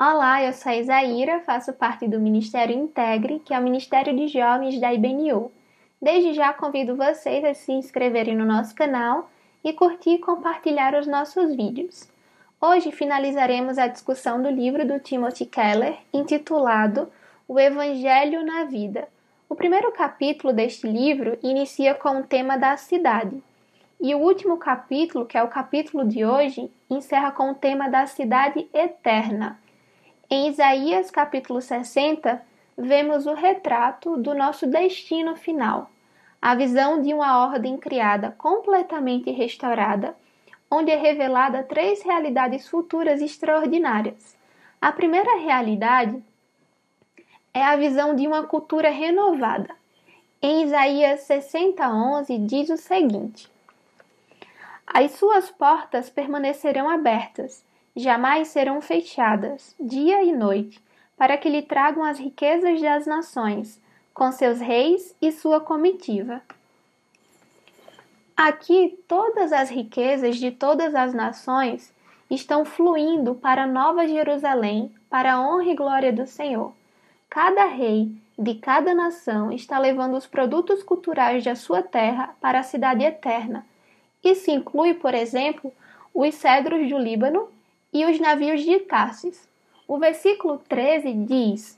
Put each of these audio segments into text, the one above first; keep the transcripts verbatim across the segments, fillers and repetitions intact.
Olá, eu sou a Isaíra, faço parte do Ministério Integre, que é o Ministério de Jovens da I B N U. Desde já convido vocês a se inscreverem no nosso canal e curtir e compartilhar os nossos vídeos. Hoje finalizaremos a discussão do livro do Timothy Keller, intitulado O Evangelho na Vida. O primeiro capítulo deste livro inicia com o tema da cidade. E o último capítulo, que é o capítulo de hoje, encerra com o tema da cidade eterna. Em Isaías capítulo sessenta, vemos o retrato do nosso destino final, a visão de uma ordem criada completamente restaurada, onde é revelada três realidades futuras extraordinárias. A primeira realidade é a visão de uma cultura renovada. Em Isaías sessenta, onze, diz o seguinte: As suas portas permanecerão abertas, jamais serão fechadas, dia e noite, para que lhe tragam as riquezas das nações, com seus reis e sua comitiva. Aqui, todas as riquezas de todas as nações estão fluindo para a Nova Jerusalém, para a honra e glória do Senhor. Cada rei de cada nação está levando os produtos culturais da sua terra para a cidade eterna. Isso inclui, por exemplo, os cedros do Líbano e os navios de Tarsis. O versículo treze diz: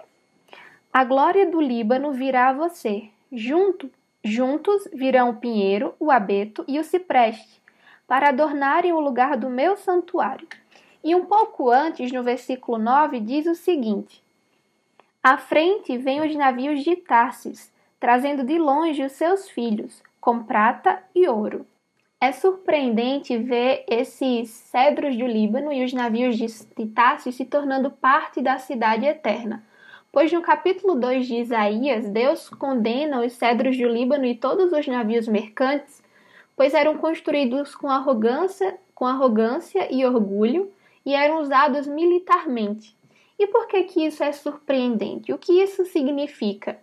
A glória do Líbano virá a você. Junto, juntos virão o pinheiro, o abeto e o cipreste, para adornarem o lugar do meu santuário. E um pouco antes, no versículo nove, diz o seguinte: À frente vêm os navios de Tarsis, trazendo de longe os seus filhos, com prata e ouro. É surpreendente ver esses cedros do Líbano e os navios de Tarsis se tornando parte da cidade eterna, pois no capítulo dois de Isaías, Deus condena os cedros do Líbano e todos os navios mercantes, pois eram construídos com arrogância, com arrogância e orgulho e eram usados militarmente. E por que que isso é surpreendente? O que isso significa?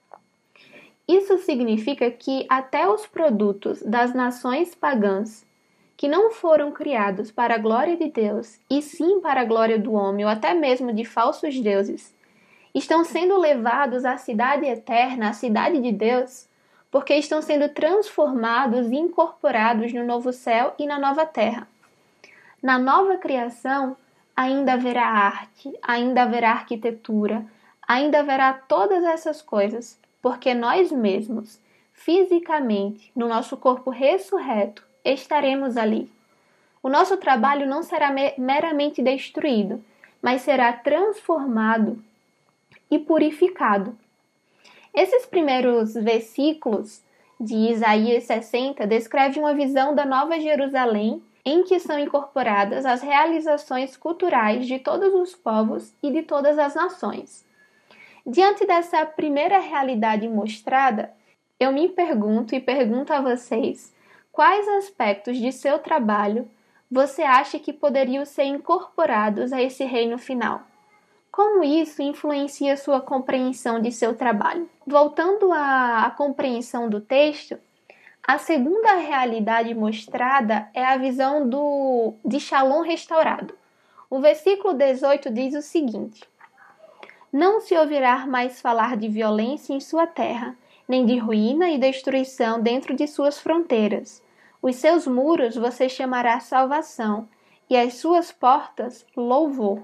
Isso significa que até os produtos das nações pagãs, que não foram criados para a glória de Deus, e sim para a glória do homem, ou até mesmo de falsos deuses, estão sendo levados à cidade eterna, à cidade de Deus, porque estão sendo transformados e incorporados no novo céu e na nova terra. Na nova criação, ainda haverá arte, ainda haverá arquitetura, ainda haverá todas essas coisas, porque nós mesmos, fisicamente, no nosso corpo ressurreto, estaremos ali. O nosso trabalho não será meramente destruído, mas será transformado e purificado. Esses primeiros versículos de Isaías sessenta descrevem uma visão da Nova Jerusalém em que são incorporadas as realizações culturais de todos os povos e de todas as nações. Diante dessa primeira realidade mostrada, eu me pergunto e pergunto a vocês, quais aspectos de seu trabalho você acha que poderiam ser incorporados a esse reino final? Como isso influencia sua compreensão de seu trabalho? Voltando à, à compreensão do texto, a segunda realidade mostrada é a visão do, de Shalom restaurado. O versículo dezoito diz o seguinte: Não se ouvirá mais falar de violência em sua terra, nem de ruína e destruição dentro de suas fronteiras. Os seus muros você chamará salvação, e as suas portas louvor.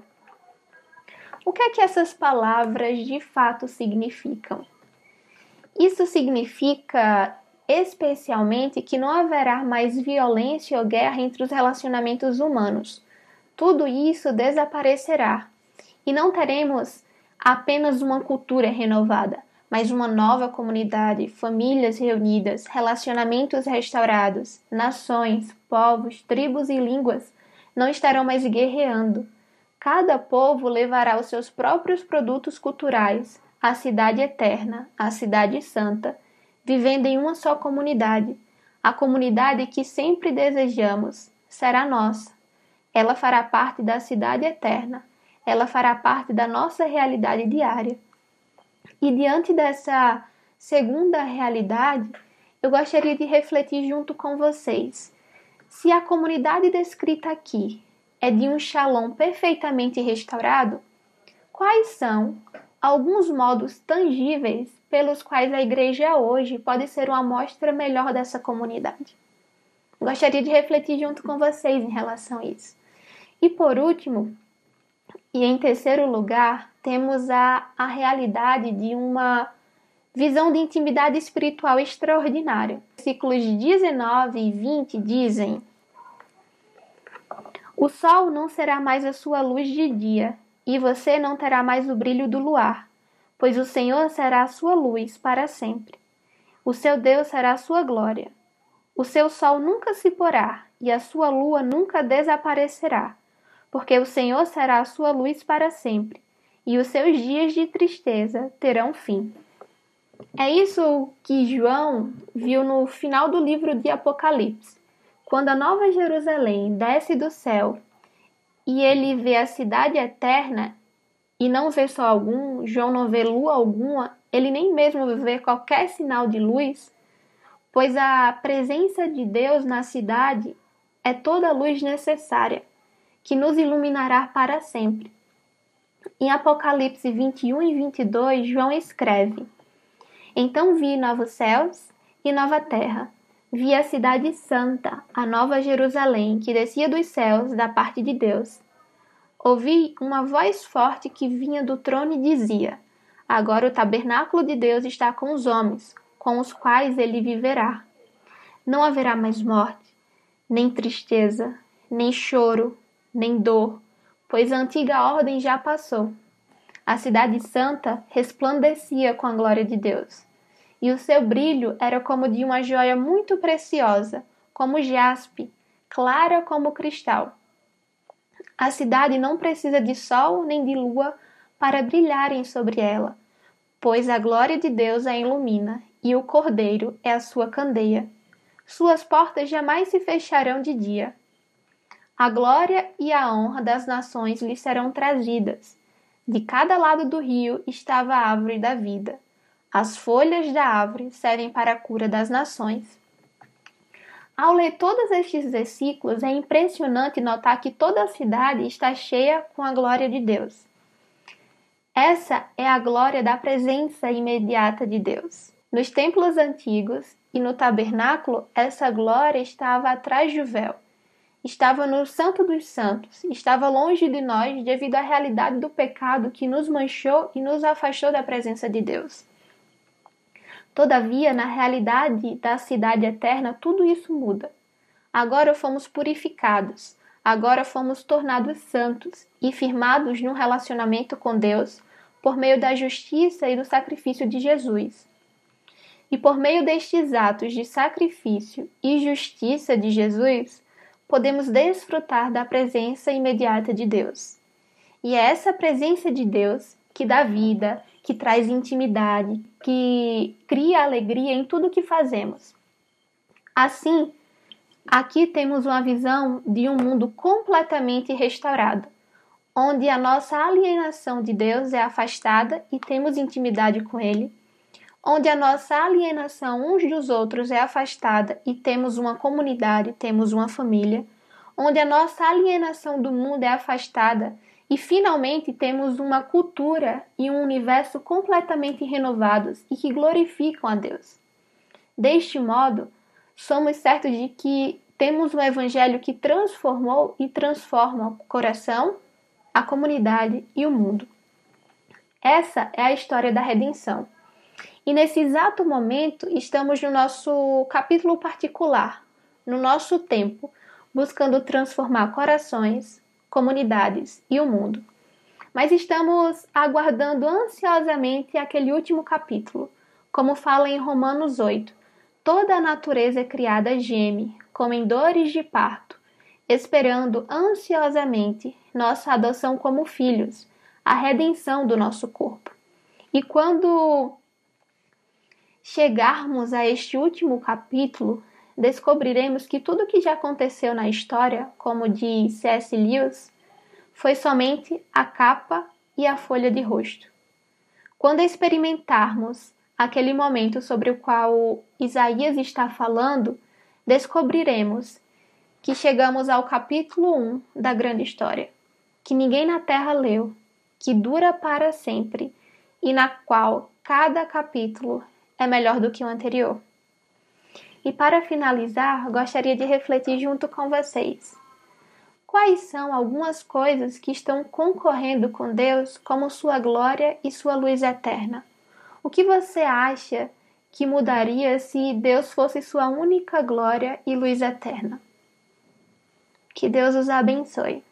O que é que essas palavras de fato significam? Isso significa especialmente que não haverá mais violência ou guerra entre os relacionamentos humanos. Tudo isso desaparecerá, e não teremos apenas uma cultura renovada, mas uma nova comunidade, famílias reunidas, relacionamentos restaurados, nações, povos, tribos e línguas não estarão mais guerreando. Cada povo levará os seus próprios produtos culturais à cidade eterna, à cidade santa, vivendo em uma só comunidade. A comunidade que sempre desejamos será nossa. Ela fará parte da cidade eterna. Ela fará parte da nossa realidade diária. E diante dessa segunda realidade, eu gostaria de refletir junto com vocês. Se a comunidade descrita aqui é de um shalom perfeitamente restaurado? Quais são alguns modos tangíveis pelos quais a igreja hoje pode ser uma amostra melhor dessa comunidade? Gostaria de refletir junto com vocês em relação a isso. E por último, e em terceiro lugar, temos a, a realidade de uma visão de intimidade espiritual extraordinária. Versículos dezenove e vinte dizem: o sol não será mais a sua luz de dia, e você não terá mais o brilho do luar, pois o Senhor será a sua luz para sempre. O seu Deus será a sua glória. O seu sol nunca se porá, e a sua lua nunca desaparecerá, porque o Senhor será a sua luz para sempre, e os seus dias de tristeza terão fim. É isso que João viu no final do livro de Apocalipse, quando a Nova Jerusalém desce do céu e ele vê a cidade eterna e não vê sol algum. João não vê lua alguma, ele nem mesmo vê qualquer sinal de luz, pois a presença de Deus na cidade é toda a luz necessária, que nos iluminará para sempre. Em Apocalipse vinte e um e vinte e dois, João escreve: então vi novos céus e nova terra. Vi a cidade santa, a nova Jerusalém, que descia dos céus da parte de Deus. Ouvi uma voz forte que vinha do trono e dizia: agora o tabernáculo de Deus está com os homens, com os quais ele viverá. Não haverá mais morte, nem tristeza, nem choro, nem dor, pois a antiga ordem já passou. A cidade santa resplandecia com a glória de Deus, e o seu brilho era como de uma joia muito preciosa, como jaspe, clara como cristal. A cidade não precisa de sol nem de lua para brilharem sobre ela, pois a glória de Deus a ilumina, e o Cordeiro é a sua candeia. Suas portas jamais se fecharão de dia. A glória e a honra das nações lhe serão trazidas. De cada lado do rio estava a árvore da vida. As folhas da árvore servem para a cura das nações. Ao ler todos estes versículos, é impressionante notar que toda a cidade está cheia com a glória de Deus. Essa é a glória da presença imediata de Deus. Nos templos antigos e no tabernáculo, essa glória estava atrás do véu. Estava no Santo dos Santos, estava longe de nós devido à realidade do pecado que nos manchou e nos afastou da presença de Deus. Todavia, na realidade da cidade eterna, tudo isso muda. Agora fomos purificados, agora fomos tornados santos e firmados num relacionamento com Deus por meio da justiça e do sacrifício de Jesus. E por meio destes atos de sacrifício e justiça de Jesus, podemos desfrutar da presença imediata de Deus. E é essa presença de Deus que dá vida, que traz intimidade, que cria alegria em tudo que fazemos. Assim, aqui temos uma visão de um mundo completamente restaurado, onde a nossa alienação de Deus é afastada e temos intimidade com Ele, onde a nossa alienação uns dos outros é afastada e temos uma comunidade, temos uma família, onde a nossa alienação do mundo é afastada e finalmente temos uma cultura e um universo completamente renovados e que glorificam a Deus. Deste modo, somos certos de que temos um evangelho que transformou e transforma o coração, a comunidade e o mundo. Essa é a história da redenção. E nesse exato momento estamos no nosso capítulo particular, no nosso tempo, buscando transformar corações, comunidades e o mundo. Mas estamos aguardando ansiosamente aquele último capítulo, como fala em Romanos oito. Toda a natureza criada geme, como em dores de parto, esperando ansiosamente nossa adoção como filhos, a redenção do nosso corpo. E quando chegarmos a este último capítulo, descobriremos que tudo o que já aconteceu na história, como diz C S Lewis, foi somente a capa e a folha de rosto. Quando experimentarmos aquele momento sobre o qual Isaías está falando, descobriremos que chegamos ao capítulo um da grande história, que ninguém na Terra leu, que dura para sempre e na qual cada capítulo é melhor do que o anterior. E para finalizar, gostaria de refletir junto com vocês. Quais são algumas coisas que estão concorrendo com Deus como sua glória e sua luz eterna? O que você acha que mudaria se Deus fosse sua única glória e luz eterna? Que Deus os abençoe.